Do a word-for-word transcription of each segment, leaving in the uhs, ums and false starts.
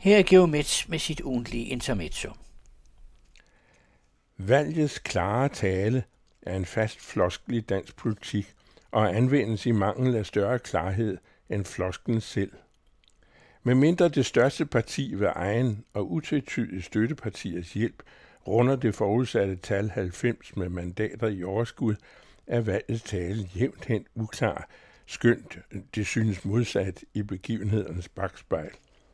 Her er Georg Metz med sit ugentlige intermezzo. Valgets klare tale er en fast floskel i dansk politik og anvendes i mangel af større klarhed end flosklen selv. Medmindre det største parti ved egen og utvetydige støttepartiers hjælp runder det forudsatte tal halvfems med mandater i overskud, er valgets tale jævnt hen uklar, skønt det synes modsat i begivenhedernes bakspejl.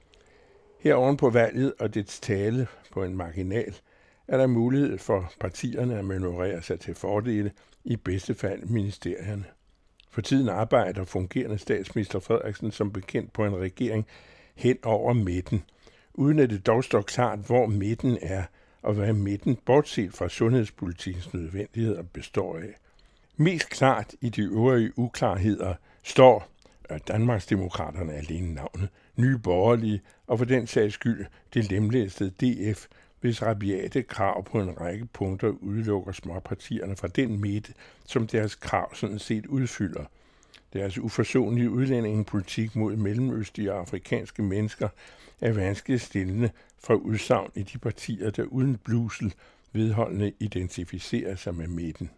Her oven på valget og dets tale på en marginal, er der mulighed for partierne at manøvrere sig til fordele, i bedste fald ministerierne. For tiden arbejder fungerende statsminister Frederiksen som bekendt på en regering hen over midten, uden at det dog står klart, hvor midten er, og hvad midten, bortset fra sundhedspolitikens nødvendigheder, består af. Mest klart i de øvrige uklarheder står, at Danmarksdemokraterne alene navnet, Nye Borgerlige og for den sags skyld det lemlæstede D F, hvis rabiate krav på en række punkter udelukker småpartierne fra den midte, som deres krav sådan set udfylder. Deres uforsonlige udlændingepolitik mod mellemøstlige og afrikanske mennesker er vanskeligt stillende fra udsagn i de partier, der uden blusel vedholdende identificerer sig med midten.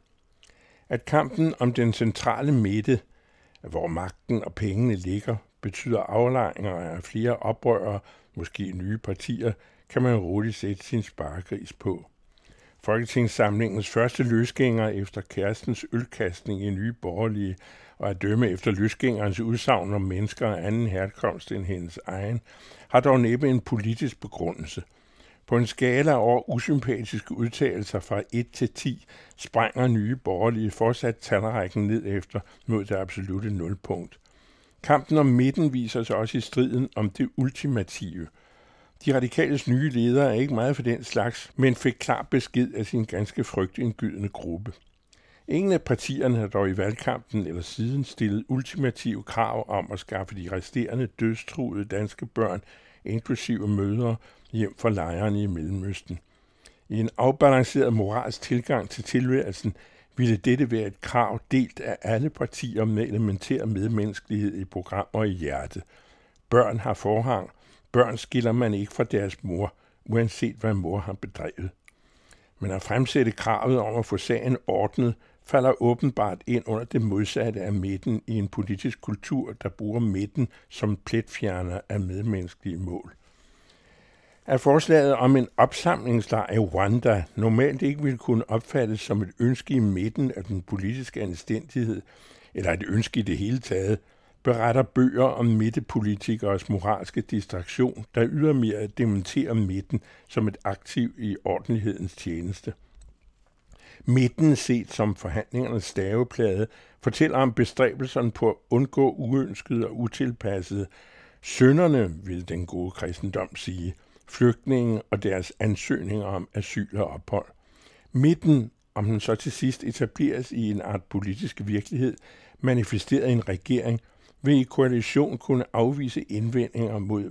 At kampen om den centrale midte, hvor magten og pengene ligger, betyder aflejringer af flere oprørere, måske nye partier, kan man roligt sætte sin sparegris på. Folketingssamlingens første løsgænger efter kærestens ølkastning i Nye Borgerlige, og at dømme efter løsgængerens udsagn om mennesker af anden herkomst end hendes egen, har dog næppe en politisk begrundelse. På en skala over usympatiske udtalelser fra et til ti sprænger Nye Borgerlige fortsat talrækken ned efter mod det absolutte nulpunkt. Kampen om midten viser sig også i striden om det ultimative. De radikales nye ledere er ikke meget for den slags, men fik klar besked af sin ganske frygtindgydende gruppe. Ingen af partierne har dog i valgkampen eller siden stillet ultimative krav om at skaffe de resterende dødstruede danske børn, inklusive mødre, hjem fra lejrene i Mellemøsten. I en afbalanceret moralsk tilgang til tilværelsen ville dette være et krav delt af alle partier med elementær medmenneskelighed i program og i hjerte. Børn har forrang. Børn skiller man ikke fra deres mor, uanset hvad mor har bedrevet. Men at fremsætte kravet om at få sagen ordnet, falder åbenbart ind under det modsatte af midten i en politisk kultur, der bruger midten som pletfjerner af medmenneskelige mål. At forslaget om en opsamlingslejr i Rwanda normalt ikke ville kunne opfattes som et ønske i midten af den politiske anstændighed, eller et ønske i det hele taget, beretter bøger om midtepolitikers moralske distraktion, der ydermere dementerer midten som et aktiv i ordentlighedens tjeneste. Midten, set som forhandlingernes staveplade, fortæller om bestræbelserne på at undgå uønskede og utilpassede. Synderne, vil den gode kristendom sige, flygtninge og deres ansøgninger om asyl og ophold. Midten, om den så til sidst etableres i en art politisk virkelighed, manifesteret i en regering, vil i koalition kunne afvise indvendinger mod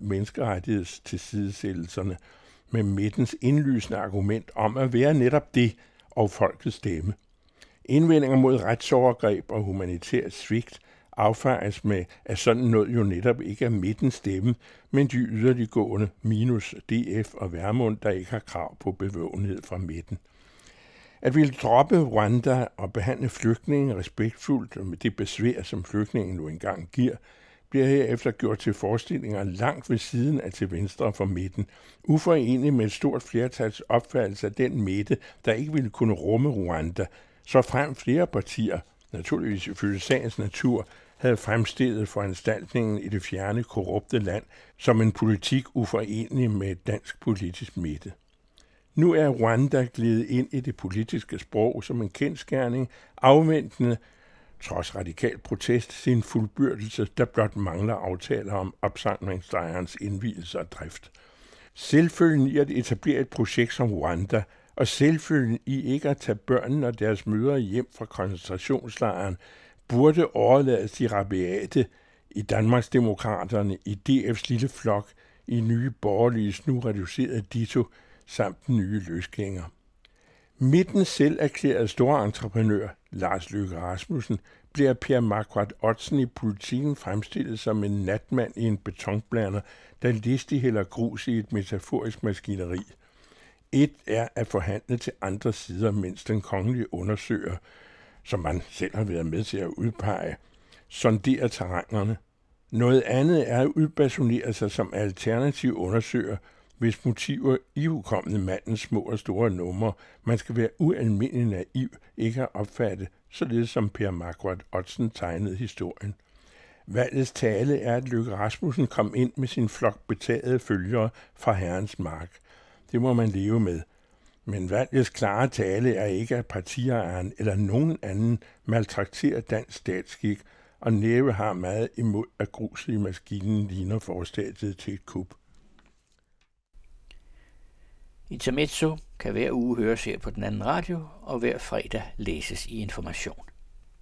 menneskerettighedstilsidesættelserne med midtens indlysende argument om at være netop det og folkets stemme. Indvendinger mod retsovergreb og humanitært svigt affejes med, at sådan noget jo netop ikke er midtens stemme, men de yderliggående minus D F og Vermund, der ikke har krav på bevågenhed fra midten. At ville droppe Rwanda og behandle flygtninge respektfuldt med det besvær, som flygtningen nu engang giver, bliver herefter gjort til forestillinger langt ved siden af til venstre for midten, uforenelig med et stort flertals opfattelse af den midte, der ikke ville kunne rumme Rwanda, så frem flere partier, naturligvis ifølge sagens natur, havde fremstillet foranstaltningen i det fjerne korrupte land som en politik uforenelig med et dansk politisk midte. Nu er Rwanda gledet ind i det politiske sprog som en kendsgerning, afventende, trods radikal protest, sin fuldbyrdelse, der blot mangler aftaler om opsamlingslejrens indvielse og drift. Selvfølgen i at etablere et projekt som Rwanda, og selvfølgen i ikke at tage børnene og deres mødre hjem fra koncentrationslejren, burde overlades de rabiate i Danmarksdemokraterne, i D F's lille flok, i Nye Borgerliges nu reducerede ditto, samt den nye løsgænger. Midtens selv erklærede store entreprenør, Lars Løkke Rasmussen, bliver Per Marquardt Ottsen i Politiken fremstillet som en natmand i en betonblander, der listigt hælder grus i et metaforisk maskineri. Et er at forhandle til andre sider, mens den kongelige undersøger, som man selv har været med til at udpege, sonderer terrænerne. Noget andet er at udbasunere sig som alternativ undersøger, hvis motiver ihukommende mandens små og store numre, man skal være ualmindelig naiv, ikke at opfatte, således som Per Marquardt Ottsen tegnede historien. Valgets tale er, at Løkke Rasmussen kom ind med sin flok betagede følgere fra Herrens mark. Det må man leve med. Men valgets klare tale er ikke, at partiejeren eller nogen anden maltrakterer dansk statsskik, og næve har meget imod, at gruset i maskinen ligner forstadiet til et kup. Intermezzo kan hver uge høres her på den anden radio, og hver fredag læses i Information.